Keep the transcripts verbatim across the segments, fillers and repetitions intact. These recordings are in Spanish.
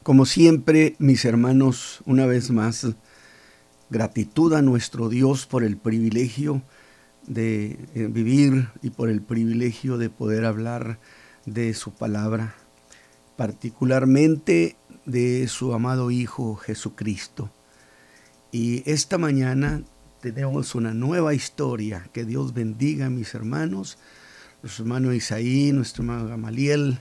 Como siempre, mis hermanos, una vez más, gratitud a nuestro Dios por el privilegio de eh, vivir y por el privilegio de poder hablar de su palabra, particularmente de su amado Hijo Jesucristo. Y esta mañana tenemos una nueva historia. Que Dios bendiga a mis hermanos, nuestro hermano Isaí, nuestro hermano Gamaliel,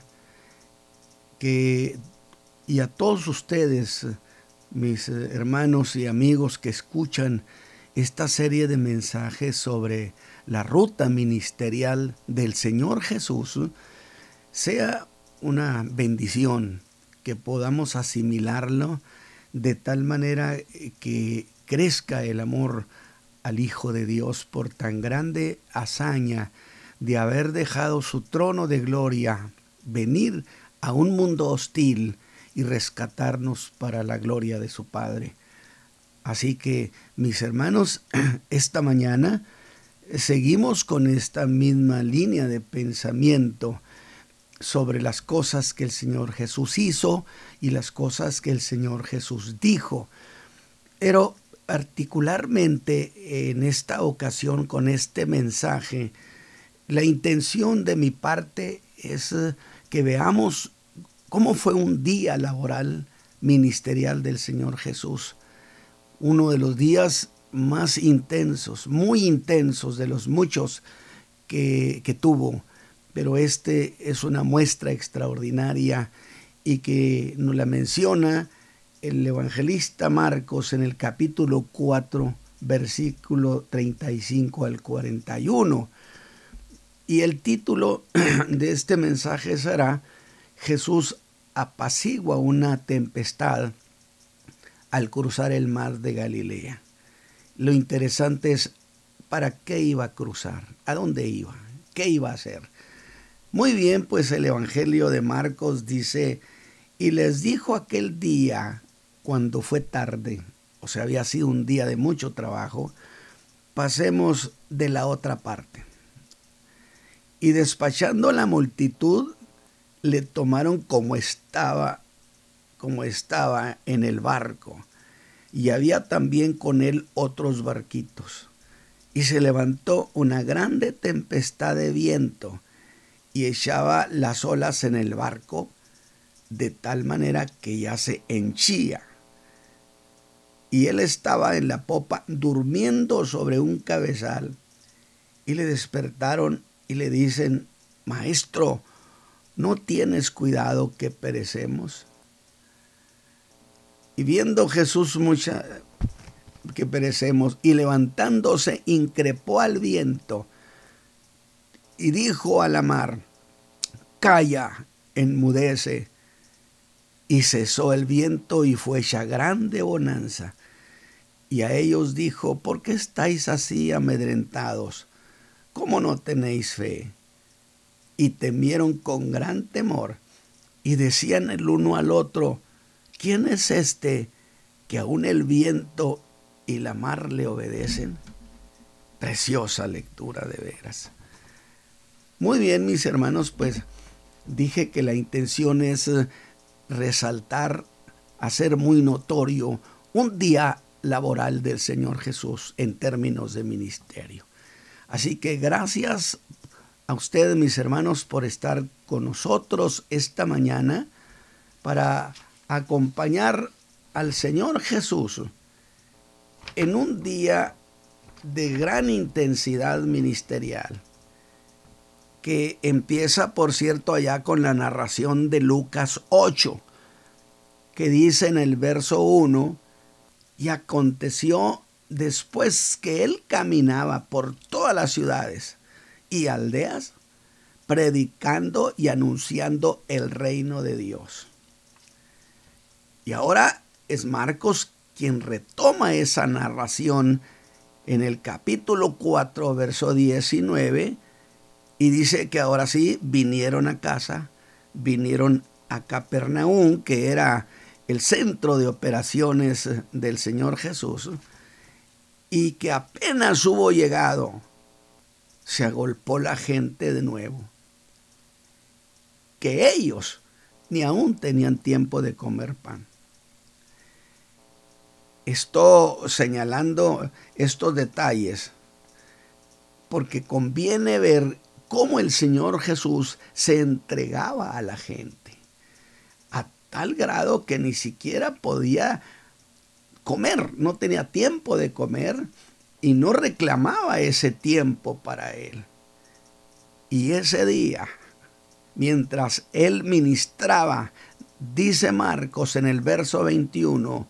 que y a todos ustedes, mis hermanos y amigos que escuchan esta serie de mensajes sobre la ruta ministerial del Señor Jesús, sea una bendición, que podamos asimilarlo de tal manera que crezca el amor al Hijo de Dios por tan grande hazaña de haber dejado su trono de gloria, venir a un mundo hostil y rescatarnos para la gloria de su Padre. Así que, mis hermanos, esta mañana seguimos con esta misma línea de pensamiento sobre las cosas que el Señor Jesús hizo y las cosas que el Señor Jesús dijo. Pero particularmente en esta ocasión, con este mensaje, la intención de mi parte es que veamos cómo fue un día laboral ministerial del Señor Jesús. Uno de los días más intensos, muy intensos de los muchos que, que tuvo. Pero este es una muestra extraordinaria y que nos la menciona el evangelista Marcos en el capítulo cuatro, versículo treinta y cinco al cuarenta y uno. Y el título de este mensaje será: Jesús apacigua una tempestad al cruzar el mar de Galilea. Lo interesante es, ¿para qué iba a cruzar? ¿A dónde iba? ¿Qué iba a hacer? Muy bien, pues el Evangelio de Marcos dice: y les dijo aquel día, cuando fue tarde, o sea, había sido un día de mucho trabajo, pasemos de la otra parte. Y despachando la multitud, le tomaron como estaba, como estaba en el barco, y había también con él otros barquitos. Y se levantó una grande tempestad de viento, y echaba las olas en el barco, de tal manera que ya se henchía. Y él estaba en la popa durmiendo sobre un cabezal, y le despertaron y le dicen: Maestro, ¿no tienes cuidado que perecemos? Y viendo Jesús mucha que perecemos, y levantándose, increpó al viento y dijo a la mar: Calla, enmudece. Y cesó el viento y fue hecha grande bonanza. Y a ellos dijo: ¿por qué estáis así amedrentados? ¿Cómo no tenéis fe? Y temieron con gran temor, y decían el uno al otro: ¿quién es este que aún el viento y la mar le obedecen? Preciosa lectura, de veras. Muy bien, mis hermanos, pues dije que la intención es resaltar, hacer muy notorio un día laboral del Señor Jesús en términos de ministerio. Así que gracias a ustedes, mis hermanos, por estar con nosotros esta mañana para acompañar al Señor Jesús en un día de gran intensidad ministerial, que empieza, por cierto, allá con la narración de Lucas ocho, que dice en el verso uno: y aconteció después que él caminaba por todas las ciudades y aldeas, predicando y anunciando el reino de Dios. Y ahora es Marcos quien retoma esa narración en el capítulo cuatro, verso diecinueve, y dice que ahora sí vinieron a casa, vinieron a Capernaum, que era el centro de operaciones del Señor Jesús, y que apenas hubo llegado, se agolpó la gente de nuevo. Que ellos ni aún tenían tiempo de comer pan. Estoy señalando estos detalles porque conviene ver cómo el Señor Jesús se entregaba a la gente, a tal grado que ni siquiera podía comer, no tenía tiempo de comer y no reclamaba ese tiempo para él. Y ese día, mientras él ministraba, dice Marcos en el verso veintiuno,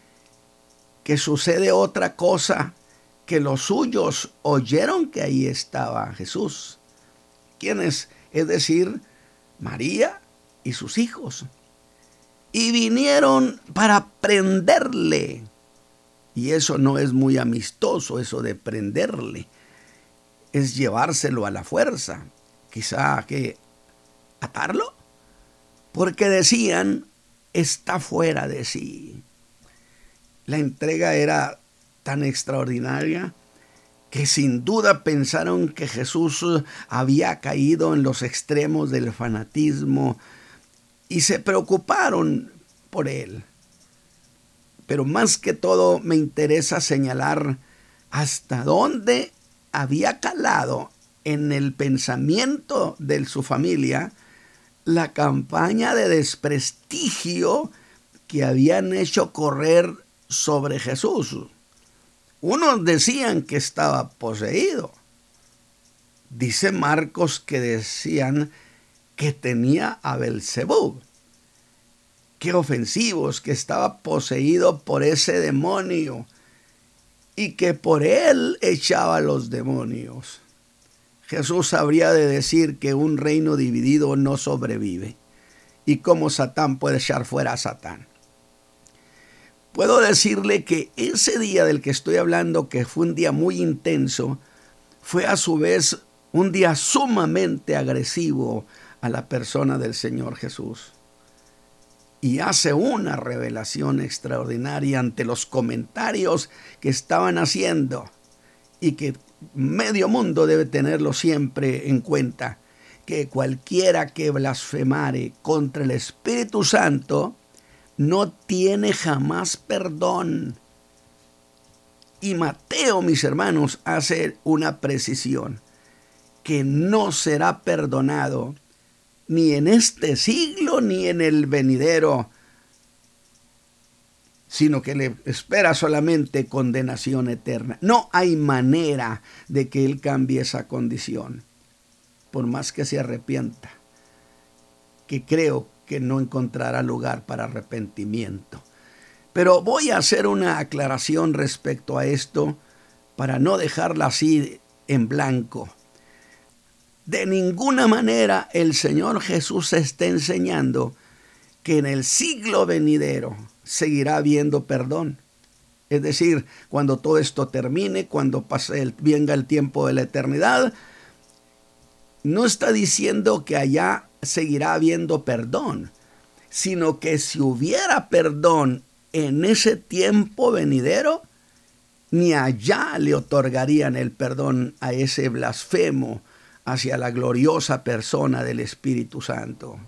que sucede otra cosa, que los suyos oyeron que ahí estaba Jesús. ¿Quiénes? Es decir, María y sus hijos. Y vinieron para prenderle. Y eso no es muy amistoso, eso de prenderle. Es llevárselo a la fuerza. Quizá que atarlo. Porque decían, está fuera de sí. La entrega era tan extraordinaria que sin duda pensaron que Jesús había caído en los extremos del fanatismo y se preocuparon por él. Pero más que todo me interesa señalar hasta dónde había calado en el pensamiento de su familia la campaña de desprestigio que habían hecho correr sobre Jesús. Unos decían que estaba poseído. Dice Marcos que decían que tenía a Belzebú. Qué ofensivos, que estaba poseído por ese demonio y que por él echaba a los demonios. Jesús habría de decir que un reino dividido no sobrevive y cómo Satán puede echar fuera a Satán. Puedo decirle que ese día del que estoy hablando, que fue un día muy intenso, fue a su vez un día sumamente agresivo a la persona del Señor Jesús. Y hace una revelación extraordinaria ante los comentarios que estaban haciendo y que medio mundo debe tenerlo siempre en cuenta, que cualquiera que blasfemare contra el Espíritu Santo no tiene jamás perdón. Y Mateo, mis hermanos, hace una precisión, que no será perdonado ni en este siglo ni en el venidero, sino que le espera solamente condenación eterna. No hay manera de que él cambie esa condición, por más que se arrepienta, que creo que no encontrará lugar para arrepentimiento. Pero voy a hacer una aclaración respecto a esto para no dejarla así en blanco. De ninguna manera el Señor Jesús está enseñando que en el siglo venidero seguirá habiendo perdón. Es decir, cuando todo esto termine, cuando pase el, venga el tiempo de la eternidad, no está diciendo que allá seguirá habiendo perdón, sino que si hubiera perdón en ese tiempo venidero, ni allá le otorgarían el perdón a ese blasfemo hacia la gloriosa persona del Espíritu Santo.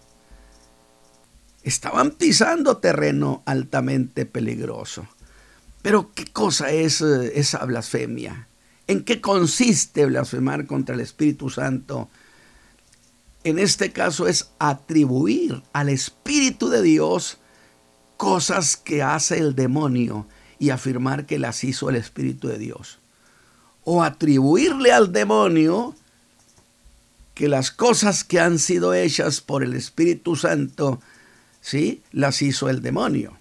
Estaban pisando terreno altamente peligroso. Pero ¿qué cosa es esa blasfemia? ¿En qué consiste blasfemar contra el Espíritu Santo? En este caso es atribuir al Espíritu de Dios cosas que hace el demonio y afirmar que las hizo el Espíritu de Dios. O atribuirle al demonio que las cosas que han sido hechas por el Espíritu Santo, ¿sí?, las hizo el demonio.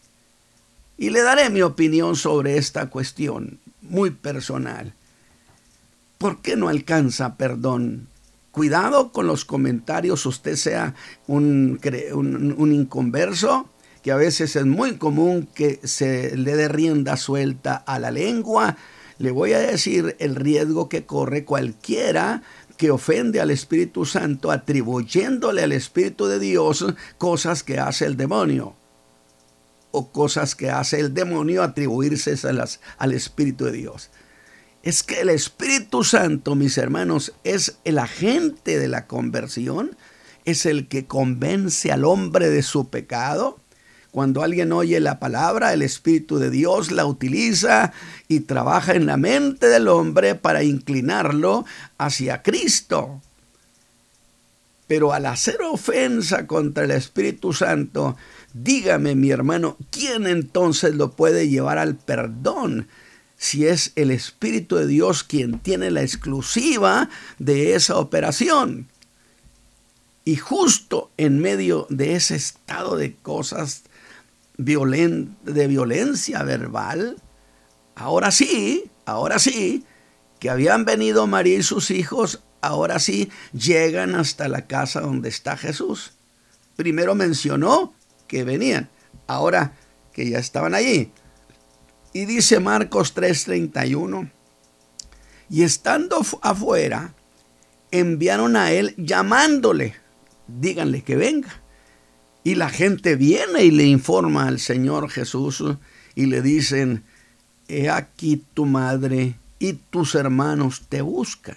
Y le daré mi opinión sobre esta cuestión, muy personal. ¿Por qué no alcanza perdón? Cuidado con los comentarios, usted sea un, un, un inconverso, que a veces es muy común que se le dé rienda suelta a la lengua. Le voy a decir el riesgo que corre cualquiera que ofende al Espíritu Santo atribuyéndole al Espíritu de Dios cosas que hace el demonio, o cosas que hace el demonio atribuirse a las, al Espíritu de Dios. Es que el Espíritu Santo, mis hermanos, es el agente de la conversión. es el que convence al hombre de su pecado. Cuando alguien oye la palabra, el Espíritu de Dios la utiliza y trabaja en la mente del hombre para inclinarlo hacia Cristo. Pero al hacer ofensa contra el Espíritu Santo, dígame, mi hermano, ¿quién entonces lo puede llevar al perdón? Si es el Espíritu de Dios quien tiene la exclusiva de esa operación. Y justo en medio de ese estado de cosas violen- de violencia verbal, ahora sí, ahora sí, que habían venido María y sus hijos, ahora sí llegan hasta la casa donde está Jesús. Primero mencionó que venían, ahora que ya estaban allí. Y dice Marcos tres treinta y uno, y estando afuera, enviaron a él llamándole, díganle que venga. Y la gente viene y le informa al Señor Jesús y le dicen, he aquí tu madre y tus hermanos te buscan.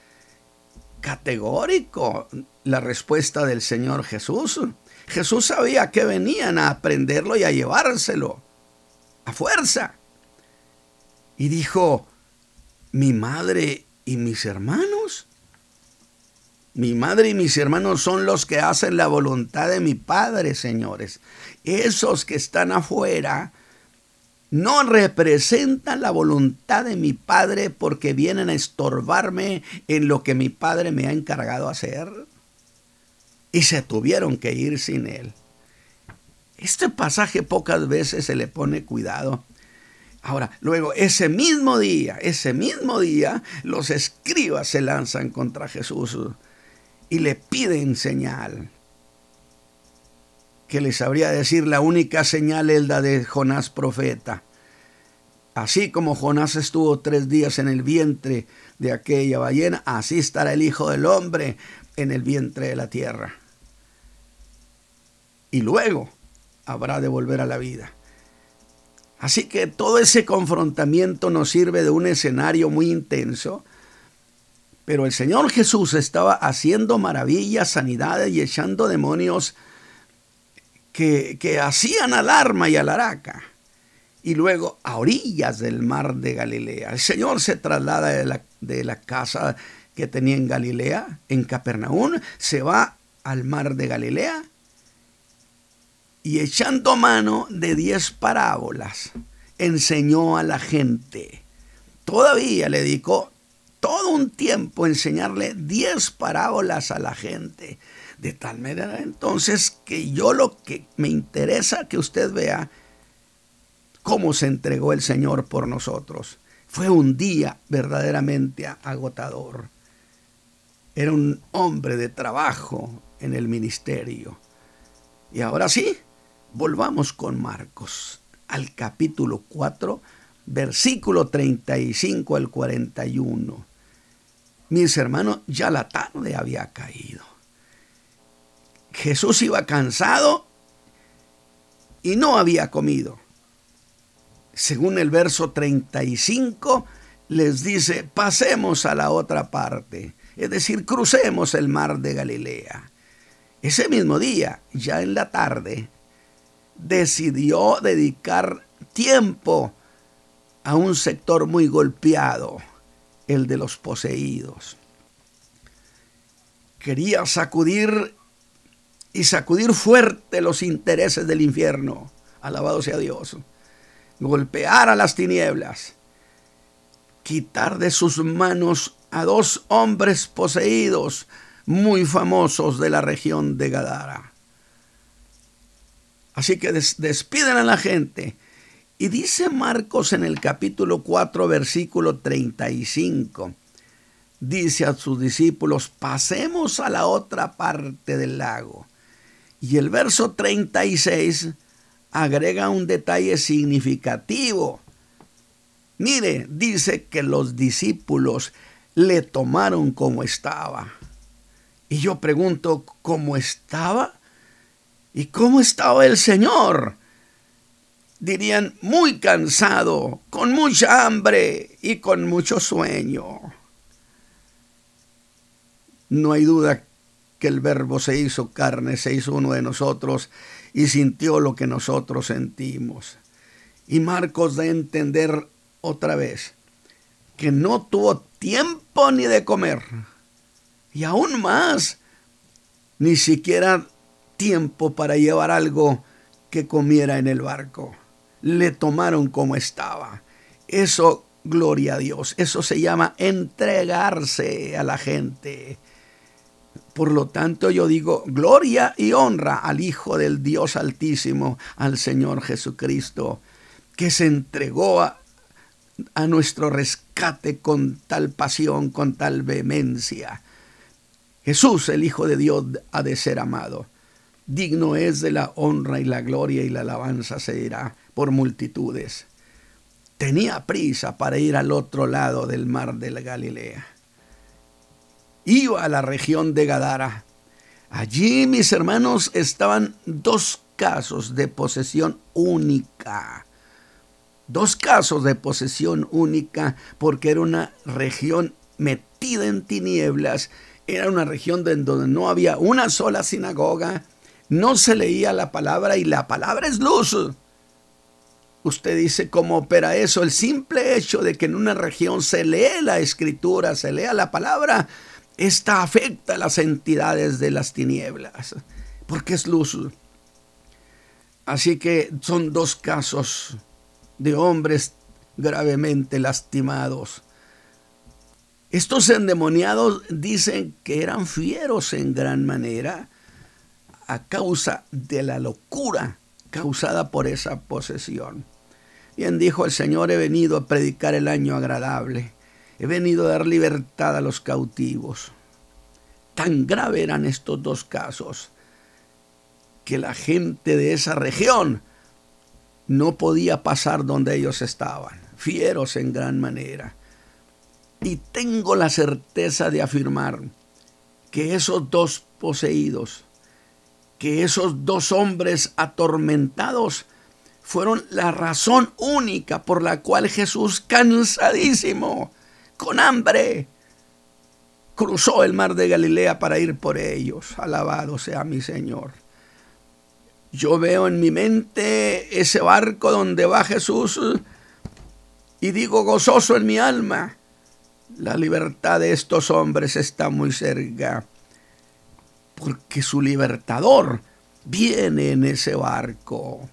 Categórico la respuesta del Señor Jesús. Jesús sabía que venían a aprenderlo y a llevárselo a fuerza. Y dijo, ¿mi madre y mis hermanos? Mi madre y mis hermanos son los que hacen la voluntad de mi Padre, señores. Esos que están afuera no representan la voluntad de mi Padre porque vienen a estorbarme en lo que mi Padre me ha encargado hacer. Y se tuvieron que ir sin él. Este pasaje pocas veces se le pone cuidado. Ahora, luego, ese mismo día, ese mismo día, los escribas se lanzan contra Jesús y le piden señal. Que les sabría decir, la única señal es la de Jonás profeta. Así como Jonás estuvo tres días en el vientre de aquella ballena, así estará el Hijo del Hombre en el vientre de la tierra. Y luego habrá de volver a la vida. Así que todo ese confrontamiento nos sirve de un escenario muy intenso. Pero el Señor Jesús estaba haciendo maravillas, sanidades y echando demonios que, que hacían alarma y alaraca. Y luego a orillas del mar de Galilea. El Señor se traslada de la, de la casa que tenía en Galilea, en Capernaum, se va al mar de Galilea y echando mano de diez parábolas, enseñó a la gente. Todavía le dedicó todo un tiempo a enseñarle diez parábolas a la gente. De tal manera entonces que yo lo que me interesa que usted vea cómo se entregó el Señor por nosotros. Fue un día verdaderamente agotador. Era un hombre de trabajo en el ministerio. Y ahora sí, volvamos con Marcos al capítulo cuatro, versículo treinta y cinco al cuarenta y uno. Mis hermanos, ya la tarde había caído. Jesús iba cansado y no había comido. Según el verso treinta y cinco, les dice, pasemos a la otra parte, es decir, crucemos el mar de Galilea. Ese mismo día, ya en la tarde, decidió dedicar tiempo a un sector muy golpeado, el de los poseídos. Quería sacudir y sacudir fuerte los intereses del infierno, alabado sea Dios, golpear a las tinieblas, quitar de sus manos a dos hombres poseídos muy famosos de la región de Gadara. Así que des- despiden a la gente. Y dice Marcos en el capítulo cuatro, versículo treinta y cinco, dice a sus discípulos, pasemos a la otra parte del lago. Y el verso treinta y seis agrega un detalle significativo. Mire, dice que los discípulos le tomaron como estaba. Y yo pregunto, ¿cómo estaba? ¿Y cómo estaba el Señor? Dirían, muy cansado, con mucha hambre y con mucho sueño. No hay duda que el Verbo se hizo carne, se hizo uno de nosotros y sintió lo que nosotros sentimos. Y Marcos da a entender otra vez que no tuvo tiempo ni de comer, y aún más, ni siquiera tiempo para llevar algo que comiera en el barco. Le tomaron como estaba. Eso, gloria a Dios, eso se llama entregarse a la gente. Por lo tanto, yo digo gloria y honra al Hijo del Dios Altísimo, al Señor Jesucristo, que se entregó a, a nuestro rescate con tal pasión, con tal vehemencia. Jesús, el Hijo de Dios, ha de ser amado. Digno es de la honra y la gloria, y la alabanza se dirá por multitudes. Tenía prisa para ir al otro lado del mar de la Galilea. Iba a la región de Gadara. Allí, mis hermanos, estaban dos casos de posesión única. Dos casos de posesión única, porque era una región metida en tinieblas. Era una región en donde no había una sola sinagoga, no se leía la palabra, y la palabra es luz. Usted dice, ¿cómo opera eso? El simple hecho de que en una región se lee la escritura, se lea la palabra, esta afecta a las entidades de las tinieblas, porque es luz. Así que son dos casos de hombres gravemente lastimados. Estos endemoniados dicen que eran fieros en gran manera a causa de la locura causada por esa posesión. Bien dijo el Señor: he venido a predicar el año agradable, he venido a dar libertad a los cautivos. Tan grave eran estos dos casos que la gente de esa región no podía pasar donde ellos estaban, fieros en gran manera. Y tengo la certeza de afirmar que esos dos poseídos, que esos dos hombres atormentados, fueron la razón única por la cual Jesús, cansadísimo, con hambre, cruzó el mar de Galilea para ir por ellos. Alabado sea mi Señor. Yo veo en mi mente ese barco donde va Jesús y digo gozoso en mi alma: la libertad de estos hombres está muy cerca, porque su libertador viene en ese barco.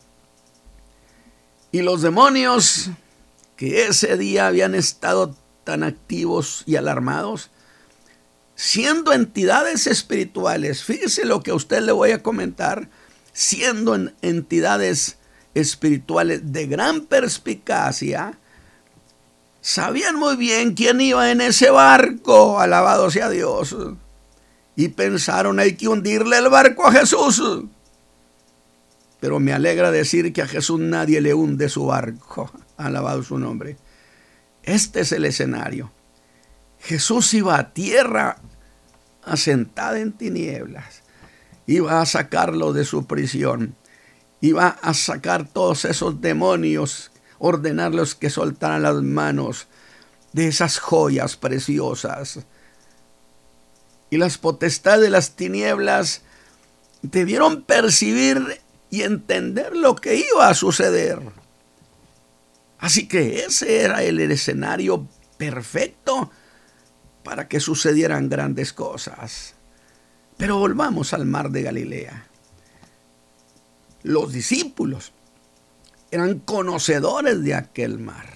Y los demonios que ese día habían estado tan activos y alarmados, siendo entidades espirituales, fíjese lo que a usted le voy a comentar, siendo entidades espirituales de gran perspicacia, sabían muy bien quién iba en ese barco, alabado sea Dios, y pensaron: hay que hundirle el barco a Jesús. Pero me alegra decir que a Jesús nadie le hunde su barco, alabado su nombre. Este es el escenario. Jesús iba a tierra asentada en tinieblas, iba a sacarlo de su prisión, iba a sacar todos esos demonios, ordenarlos que soltaran las manos de esas joyas preciosas. Y las potestades de las tinieblas debieron percibir y entender lo que iba a suceder. Así que ese era el escenario perfecto para que sucedieran grandes cosas. Pero volvamos al mar de Galilea. Los discípulos eran conocedores de aquel mar.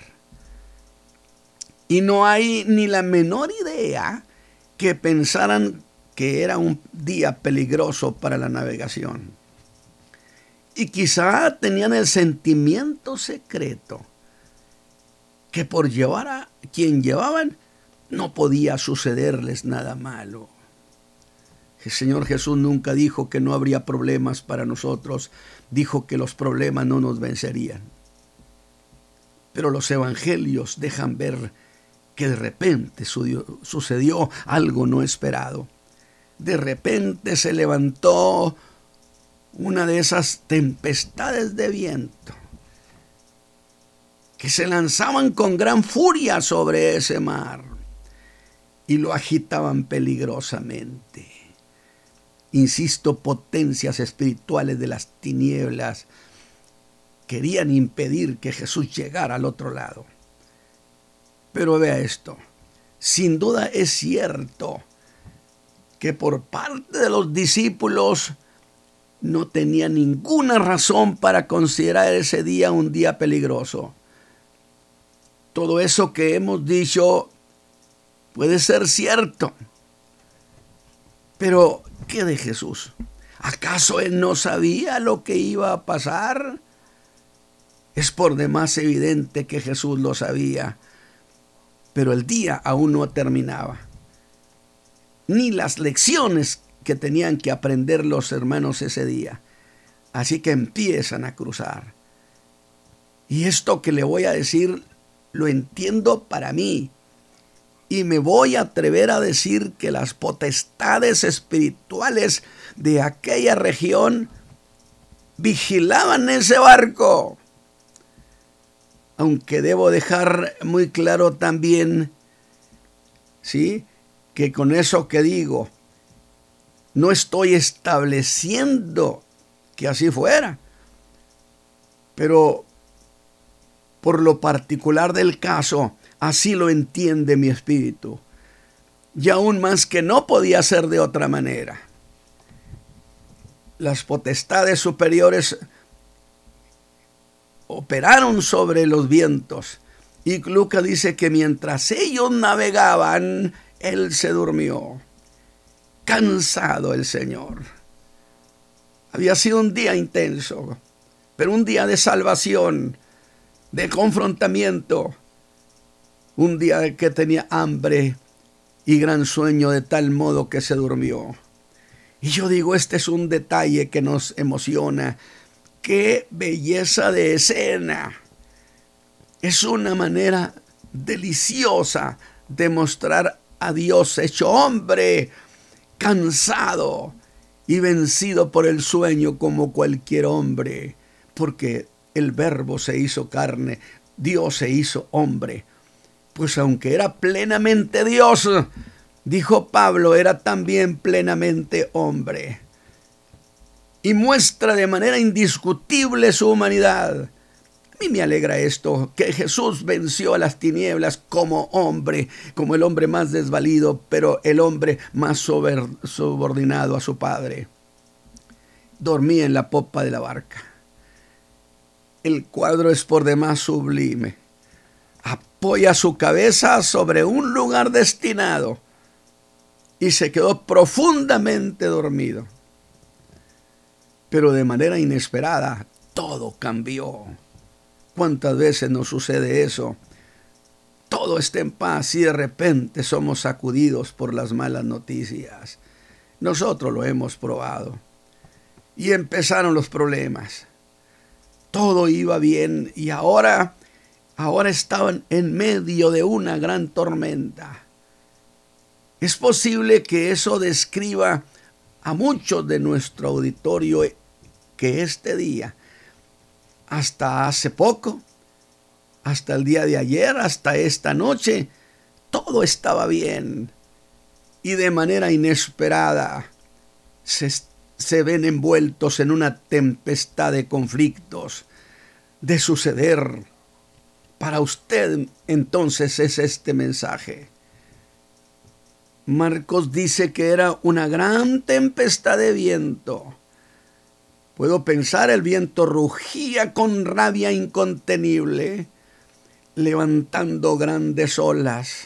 Y no hay ni la menor idea que pensaran que era un día peligroso para la navegación. Y quizá tenían el sentimiento secreto que por llevar a quien llevaban no podía sucederles nada malo. El Señor Jesús nunca dijo que no habría problemas para nosotros, dijo que los problemas no nos vencerían. Pero los evangelios dejan ver que de repente sucedió algo no esperado. De repente se levantó una de esas tempestades de viento que se lanzaban con gran furia sobre ese mar y lo agitaban peligrosamente. insisto, potencias espirituales de las tinieblas querían impedir que Jesús llegara al otro lado. Pero vea esto, sin duda es cierto que por parte de los discípulos no tenía ninguna razón para considerar ese día un día peligroso. Todo eso que hemos dicho puede ser cierto. Pero, ¿qué de Jesús? ¿Acaso él no sabía lo que iba a pasar? Es por demás evidente que Jesús lo sabía, pero el día aún no terminaba. Ni las lecciones que tenían que aprender los hermanos ese día. Así que empiezan a cruzar. Y esto que le voy a decir lo entiendo para mí. Y me voy a atrever a decir que las potestades espirituales de aquella región vigilaban ese barco. Aunque debo dejar muy claro también, ¿sí?, que con eso que digo, no estoy estableciendo que así fuera, pero por lo particular del caso, así lo entiende mi espíritu. Y aún más que no podía ser de otra manera. Las potestades superiores operaron sobre los vientos. Y Lucas dice que mientras ellos navegaban, él se durmió. Cansado el Señor. Había sido un día intenso, pero un día de salvación, de confrontamiento. Un día que tenía hambre y gran sueño, de tal modo que se durmió. Y yo digo, este es un detalle que nos emociona. ¡Qué belleza de escena! Es una manera deliciosa de mostrar a Dios hecho hombre, cansado y vencido por el sueño como cualquier hombre, porque el Verbo se hizo carne, Dios se hizo hombre. Pues aunque era plenamente Dios, dijo Pablo, era también plenamente hombre. Y muestra de manera indiscutible su humanidad. A mí me alegra esto, que Jesús venció a las tinieblas como hombre, como el hombre más desvalido, pero el hombre más subordinado a su Padre. Dormía en la popa de la barca. El cuadro es por demás sublime. Apoya su cabeza sobre un lugar destinado y se quedó profundamente dormido. Pero de manera inesperada, todo cambió. ¿Cuántas veces nos sucede eso? Todo está en paz y de repente somos sacudidos por las malas noticias. Nosotros lo hemos probado. Y empezaron los problemas. Todo iba bien y ahora, ahora estaban en medio de una gran tormenta. Es posible que eso describa a muchos de nuestro auditorio que este día, hasta hace poco, hasta el día de ayer, hasta esta noche, todo estaba bien. Y de manera inesperada se, se ven envueltos en una tempestad de conflictos, de suceder. Para usted entonces es este mensaje. Marcos dice que era una gran tempestad de viento. Puedo pensar, el viento rugía con rabia incontenible, levantando grandes olas.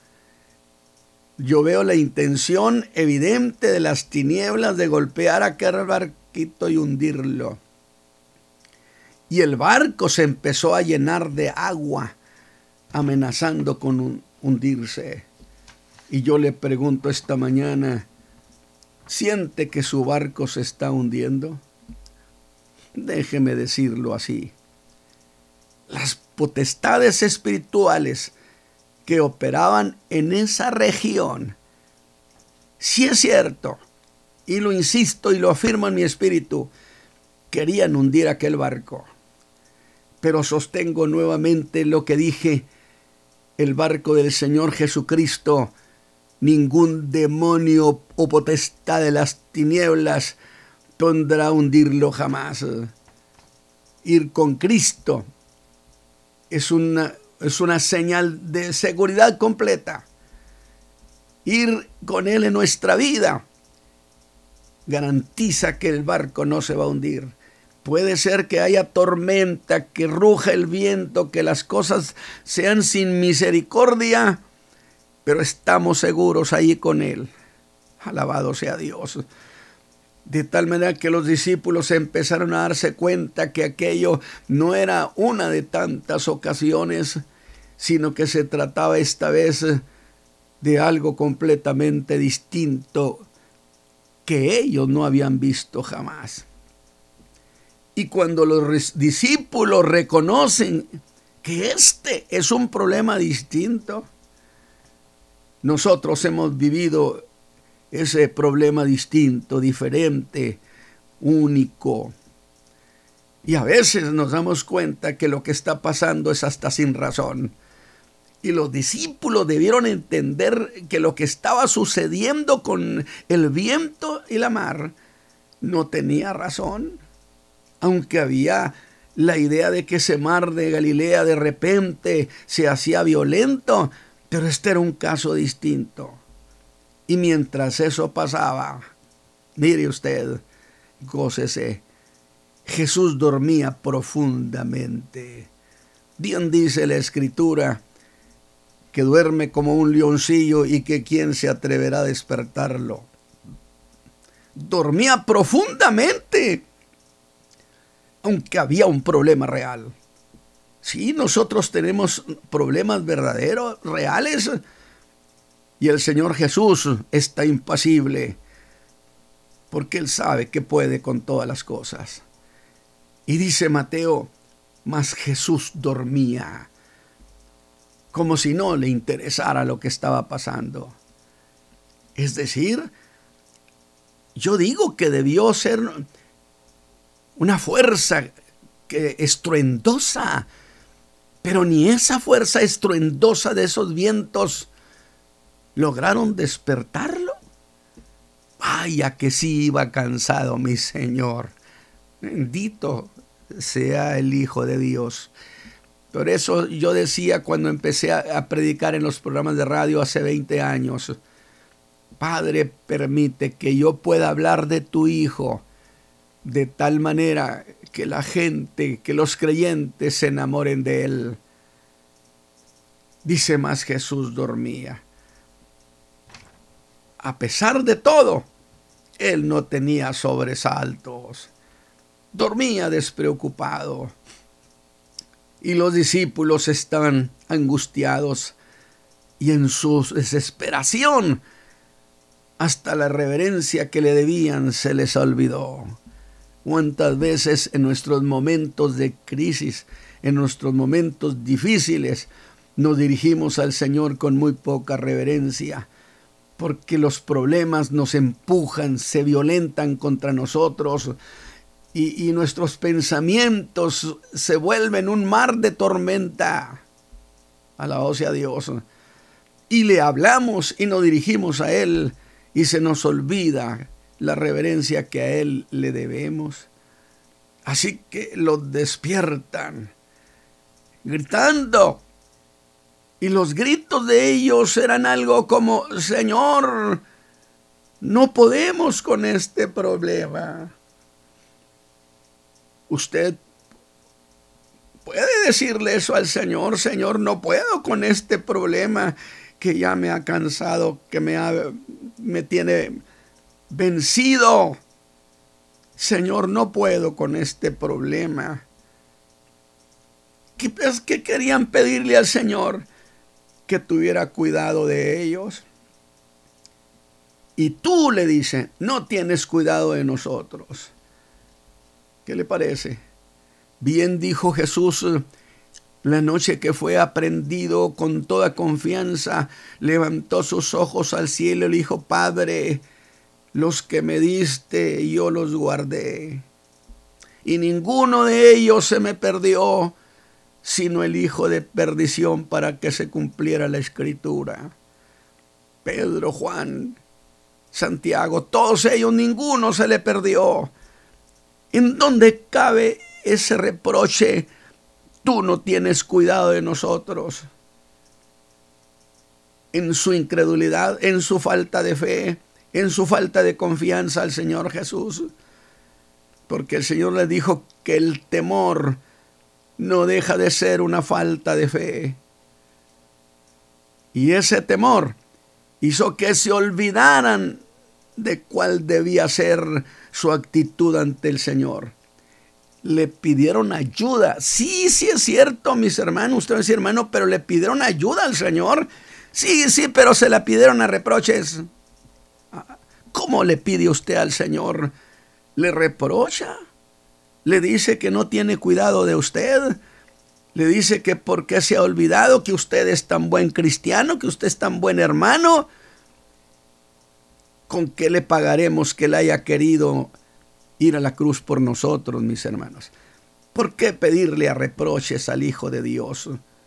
Yo veo la intención evidente de las tinieblas de golpear aquel barquito y hundirlo. Y el barco se empezó a llenar de agua, amenazando con hundirse. Y yo le pregunto esta mañana, ¿siente que su barco se está hundiendo? Déjeme decirlo así. Las potestades espirituales que operaban en esa región, sí es cierto, y lo insisto y lo afirmo en mi espíritu, querían hundir aquel barco. Pero sostengo nuevamente lo que dije, el barco del Señor Jesucristo ningún demonio o potestad de las tinieblas podrá hundirlo jamás. Ir con Cristo es una, es una señal de seguridad completa. Ir con Él en nuestra vida garantiza que el barco no se va a hundir. Puede ser que haya tormenta, que ruja el viento, que las cosas sean sin misericordia, pero estamos seguros ahí con Él. Alabado sea Dios. De tal manera que los discípulos empezaron a darse cuenta que aquello no era una de tantas ocasiones, sino que se trataba esta vez de algo completamente distinto que ellos no habían visto jamás. Y cuando los discípulos reconocen que este es un problema distinto, nosotros hemos vivido ese problema distinto, diferente, único. Y a veces nos damos cuenta que lo que está pasando es hasta sin razón. Y los discípulos debieron entender que lo que estaba sucediendo con el viento y la mar no tenía razón. Aunque había la idea de que ese mar de Galilea de repente se hacía violento, pero este era un caso distinto. Y mientras eso pasaba, mire usted, gócese, Jesús dormía profundamente. Bien dice la Escritura que duerme como un leoncillo y que quién se atreverá a despertarlo. Dormía profundamente, aunque había un problema real. Sí, nosotros tenemos problemas verdaderos, reales, y el Señor Jesús está impasible, porque Él sabe que puede con todas las cosas. Y dice Mateo, mas Jesús dormía, como si no le interesara lo que estaba pasando. Es decir, yo digo que debió ser una fuerza que, estruendosa, pero ni esa fuerza estruendosa de esos vientos lograron despertarlo. Vaya que sí iba cansado mi Señor. Bendito sea el Hijo de Dios. Por eso yo decía cuando empecé a, a predicar en los programas de radio hace veinte años, Padre, permite que yo pueda hablar de tu Hijo de tal manera que la gente, que los creyentes se enamoren de Él. Dice más, Jesús dormía. A pesar de todo, Él no tenía sobresaltos. Dormía despreocupado. Y los discípulos estaban angustiados y en su desesperación, hasta la reverencia que le debían se les olvidó. ¿Cuántas veces en nuestros momentos de crisis, en nuestros momentos difíciles, nos dirigimos al Señor con muy poca reverencia? Porque los problemas nos empujan, se violentan contra nosotros y, y nuestros pensamientos se vuelven un mar de tormenta. Alabado sea Dios. Y le hablamos y nos dirigimos a Él y se nos olvida la reverencia que a Él le debemos. Así que los despiertan, gritando. Y los gritos de ellos eran algo como, Señor, no podemos con este problema. Usted puede decirle eso al Señor, Señor, no puedo con este problema que ya me ha cansado, que me, ha, me tiene vencido. Señor, no puedo con este problema. ¿Qué, qué querían pedirle al Señor? Que tuviera cuidado de ellos. Y tú, le dice, no tienes cuidado de nosotros. ¿Qué le parece? Bien dijo Jesús la noche que fue aprendido con toda confianza, levantó sus ojos al cielo y le dijo, Padre, los que me diste yo los guardé, y ninguno de ellos se me perdió, sino el hijo de perdición, para que se cumpliera la escritura. Pedro, Juan, Santiago, todos ellos, ninguno se le perdió. ¿En dónde cabe ese reproche? Tú no tienes cuidado de nosotros. En su incredulidad, en su falta de fe, en su falta de confianza al Señor Jesús. Porque el Señor le dijo que el temor no deja de ser una falta de fe. Y ese temor hizo que se olvidaran de cuál debía ser su actitud ante el Señor. Le pidieron ayuda. Sí, sí es cierto, mis hermanos. Usted es hermano, pero le pidieron ayuda al Señor. Sí, sí, pero se la pidieron a reproches. ¿Cómo le pide usted al Señor? ¿Le reprocha? ¿Le dice que no tiene cuidado de usted? ¿Le dice que por qué se ha olvidado que usted es tan buen cristiano, que usted es tan buen hermano? ¿Con qué le pagaremos que él haya querido ir a la cruz por nosotros, mis hermanos? ¿Por qué pedirle a reproches al Hijo de Dios?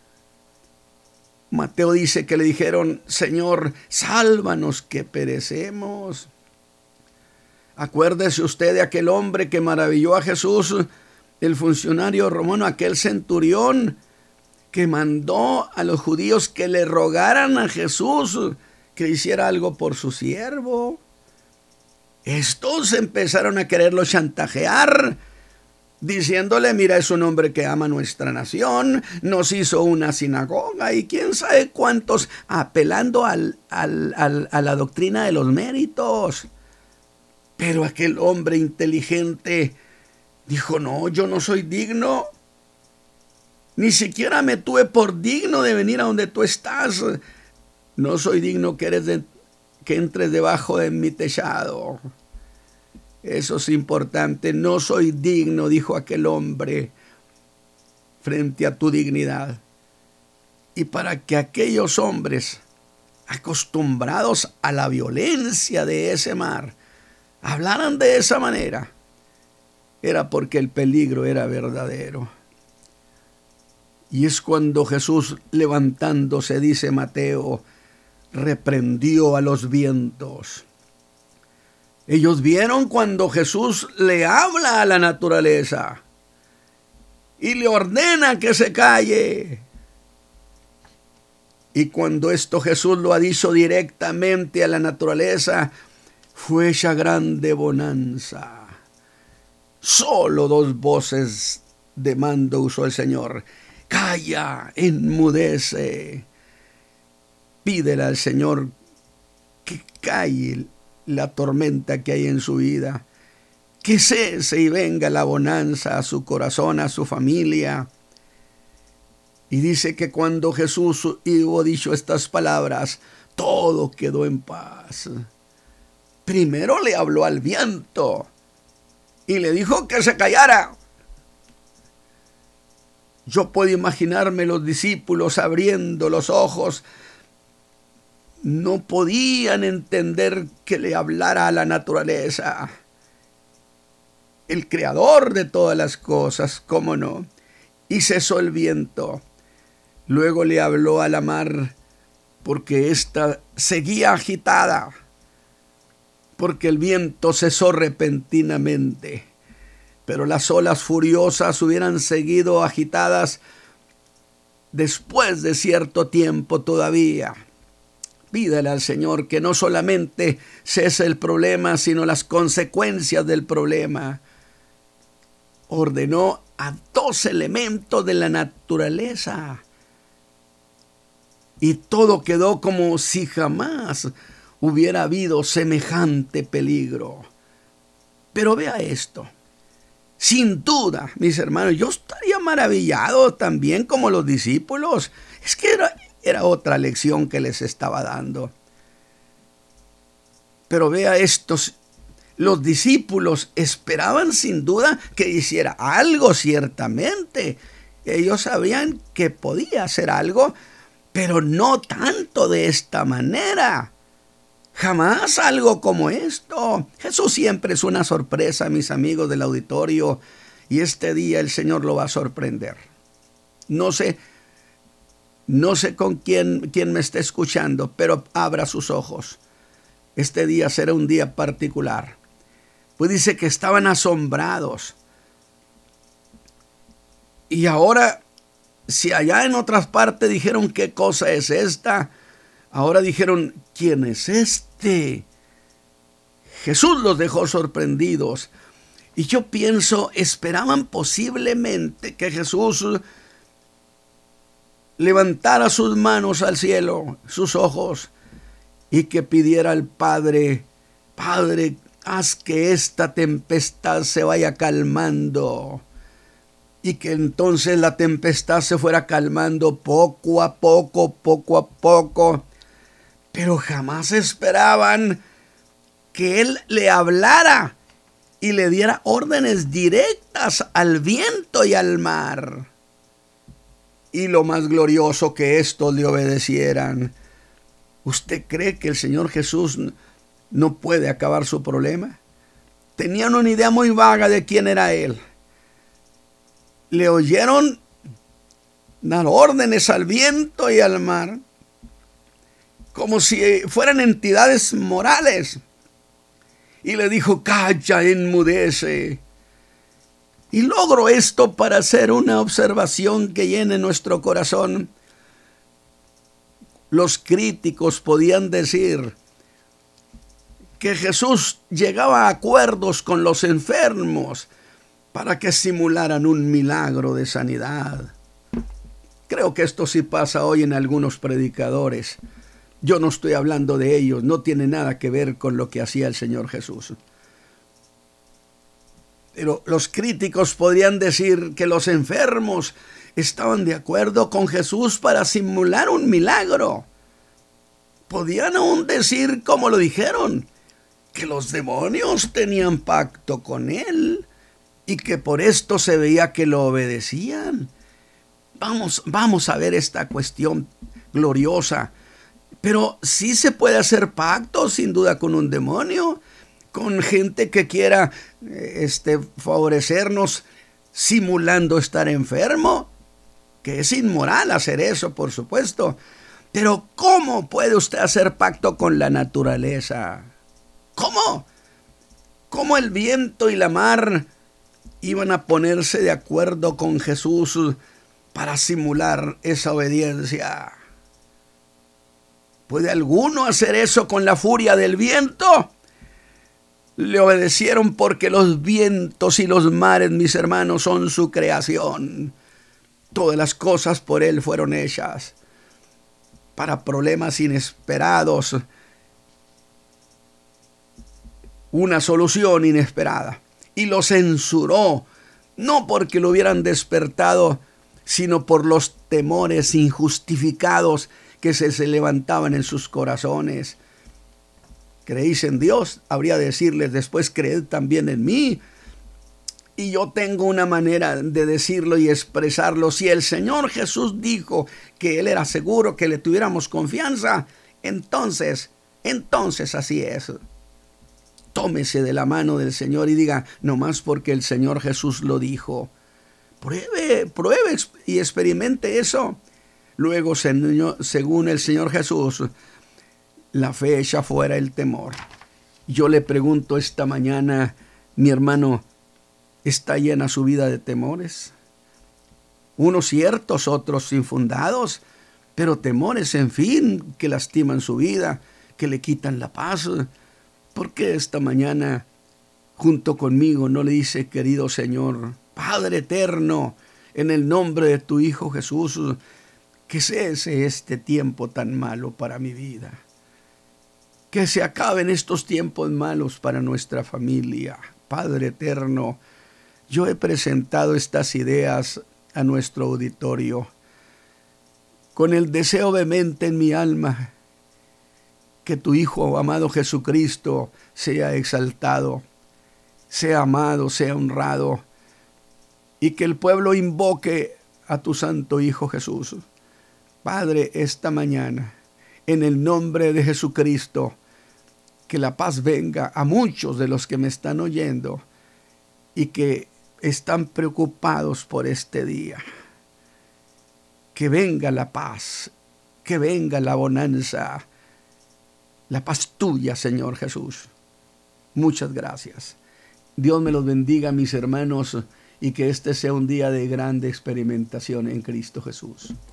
Mateo dice que le dijeron: Señor, sálvanos que perecemos. Acuérdese usted de aquel hombre que maravilló a Jesús, el funcionario romano, aquel centurión que mandó a los judíos que le rogaran a Jesús que hiciera algo por su siervo. Estos empezaron a quererlo chantajear, diciéndole: mira, es un hombre que ama nuestra nación, nos hizo una sinagoga y quién sabe cuántos, apelando al, al, al, a la doctrina de los méritos. Pero aquel hombre inteligente dijo: no, yo no soy digno, ni siquiera me tuve por digno de venir a donde tú estás. No soy digno que, eres de, que entres debajo de mi techado. Eso es importante. No soy digno, dijo aquel hombre, frente a tu dignidad. Y para que aquellos hombres acostumbrados a la violencia de ese mar hablaran de esa manera, era porque el peligro era verdadero. Y es cuando Jesús, levantándose, dice Mateo, reprendió a los vientos. Ellos vieron cuando Jesús le habla a la naturaleza y le ordena que se calle. Y cuando esto Jesús lo ha dicho directamente a la naturaleza, fue esa grande bonanza. Solo dos voces de mando usó el Señor: calla, enmudece. Pídele al Señor que calle la tormenta que hay en su vida, que cese y venga la bonanza a su corazón, a su familia. Y dice que cuando Jesús hubo dicho estas palabras, todo quedó en paz. Primero le habló al viento y le dijo que se callara. Yo puedo imaginarme los discípulos abriendo los ojos. No podían entender que le hablara a la naturaleza. El creador de todas las cosas, ¿cómo no? Y cesó el viento. Luego le habló a la mar, porque ésta seguía agitada, porque el viento cesó repentinamente. Pero las olas furiosas hubieran seguido agitadas después de cierto tiempo todavía. Pídale al Señor que no solamente cese el problema, sino las consecuencias del problema. Ordenó a dos elementos de la naturaleza y todo quedó como si jamás hubiera habido semejante peligro. Pero vea esto. Sin duda, mis hermanos, yo estaría maravillado también como los discípulos. Es que era, era otra lección que les estaba dando. Pero vea estos, los discípulos esperaban sin duda que hiciera algo, ciertamente. Ellos sabían que podía hacer algo, pero no tanto de esta manera. Jamás algo como esto. Jesús siempre es una sorpresa, mis amigos del auditorio, y este día el Señor lo va a sorprender. No sé No sé con quién, quién me está escuchando, pero abra sus ojos. Este día será un día particular. Pues dice que estaban asombrados. Y ahora, si allá en otras partes dijeron qué cosa es esta, ahora dijeron, ¿quién es este? Jesús los dejó sorprendidos. Y yo pienso, esperaban posiblemente que Jesús levantara sus manos al cielo, sus ojos, y que pidiera al Padre, Padre, haz que esta tempestad se vaya calmando. Y que entonces la tempestad se fuera calmando poco a poco, poco a poco. Pero jamás esperaban que Él le hablara y le diera órdenes directas al viento y al mar. Y lo más glorioso, que estos le obedecieran. ¿Usted cree que el Señor Jesús no puede acabar su problema? Tenían una idea muy vaga de quién era Él. Le oyeron dar órdenes al viento y al mar, como si fueran entidades morales. Y le dijo, calla, enmudece. Y logro esto para hacer una observación que llene nuestro corazón. Los críticos podían decir que Jesús llegaba a acuerdos con los enfermos para que simularan un milagro de sanidad. Creo que esto sí pasa hoy en algunos predicadores. Yo no estoy hablando de ellos, no tiene nada que ver con lo que hacía el Señor Jesús. Pero los críticos podrían decir que los enfermos estaban de acuerdo con Jesús para simular un milagro. Podían aún decir, como lo dijeron, que los demonios tenían pacto con Él y que por esto se veía que lo obedecían. Vamos, vamos a ver esta cuestión gloriosa. Pero sí se puede hacer pacto, sin duda, con un demonio, con gente que quiera este, favorecernos simulando estar enfermo, que es inmoral hacer eso, por supuesto. Pero ¿cómo puede usted hacer pacto con la naturaleza? ¿Cómo? ¿Cómo el viento y la mar iban a ponerse de acuerdo con Jesús para simular esa obediencia? ¿Puede alguno hacer eso con la furia del viento? Le obedecieron porque los vientos y los mares, mis hermanos, son su creación. Todas las cosas por Él fueron hechas. Para problemas inesperados, una solución inesperada. Y lo censuró, no porque lo hubieran despertado, sino por los temores injustificados que se, se levantaban en sus corazones. ¿Creéis en Dios? Habría de decirles después, creed también en mí. Y yo tengo una manera de decirlo y expresarlo. Si el Señor Jesús dijo que Él era seguro, que le tuviéramos confianza, entonces, entonces así es. Tómese de la mano del Señor y diga, no más porque el Señor Jesús lo dijo. Pruebe, pruebe y experimente eso. Luego, según el Señor Jesús, la fe echa fuera el temor. Yo le pregunto esta mañana, mi hermano, ¿está llena su vida de temores? Unos ciertos, otros infundados, pero temores, en fin, que lastiman su vida, que le quitan la paz. ¿Por qué esta mañana, junto conmigo, no le dice, querido Señor, Padre eterno, en el nombre de tu Hijo Jesús, que cese este tiempo tan malo para mi vida? Que se acaben estos tiempos malos para nuestra familia. Padre eterno, yo he presentado estas ideas a nuestro auditorio con el deseo vehemente en mi alma que tu Hijo amado Jesucristo sea exaltado, sea amado, sea honrado, y que el pueblo invoque a tu Santo Hijo Jesús. Padre, esta mañana, en el nombre de Jesucristo, que la paz venga a muchos de los que me están oyendo y que están preocupados por este día. Que venga la paz, que venga la bonanza, la paz tuya, Señor Jesús. Muchas gracias. Dios me los bendiga, mis hermanos, y que este sea un día de grande experimentación en Cristo Jesús.